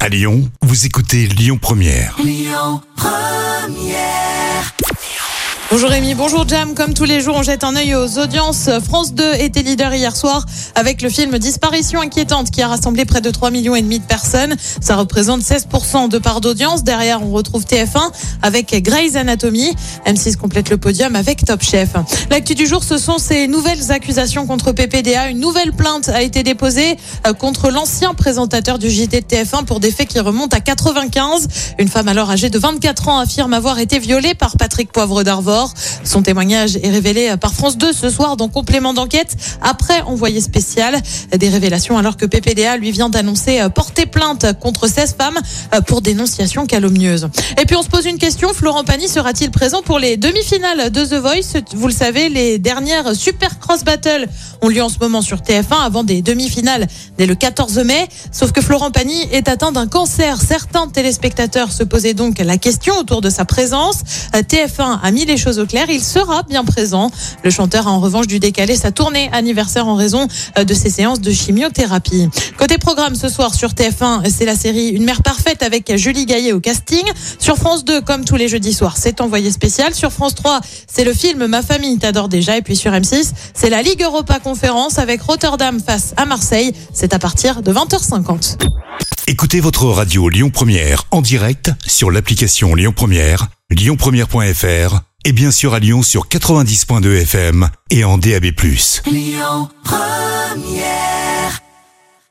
À Lyon, vous écoutez Lyon Première. Lyon Première. Bonjour Rémi, bonjour Jam. Comme tous les jours, on jette un œil aux audiences. France 2 était leader hier soir avec le film Disparition inquiétante qui a rassemblé près de 3,5 millions de personnes. Ça représente 16% de part d'audience. Derrière, on retrouve TF1 avec Grey's Anatomy. M6 complète le podium avec Top Chef. L'actu du jour, ce sont ces nouvelles accusations contre PPDA. Une nouvelle plainte a été déposée contre l'ancien présentateur du JT de TF1 pour des faits qui remontent à 95. Une femme alors âgée de 24 ans affirme avoir été violée par Patrick Poivre d'Arvor. Son témoignage est révélé par France 2 ce soir dans Complément d'enquête après Envoyé spécial. Des révélations alors que PPDA lui vient d'annoncer porter plainte contre 16 femmes pour dénonciation calomnieuse. Et puis on se pose une question, Florent Pagny sera-t-il présent pour les demi-finales de The Voice? Vous le savez, les dernières Super Cross Battle ont lieu en ce moment sur TF1 avant des demi-finales dès le 14 mai. Sauf que Florent Pagny est atteint d'un cancer. Certains téléspectateurs se posaient donc la question autour de sa présence. TF1 a mis les choses au clair, il sera bien présent. Le chanteur a en revanche dû décaler sa tournée anniversaire en raison de ses séances de chimiothérapie. Côté programme ce soir sur TF1, c'est la série Une mère parfaite avec Julie Gaillet au casting. Sur France 2, comme tous les jeudis soirs, c'est Envoyé spécial. Sur France 3, c'est le film Ma famille t'adore déjà. Et puis sur M6, c'est la Ligue Europa Conférence avec Rotterdam face à Marseille. C'est à partir de 20h50. Écoutez votre radio Lyon Première en direct sur l'application Lyon Première, lyonpremière.fr et bien sûr à Lyon sur 90.2 FM et en DAB+. Lyon Première.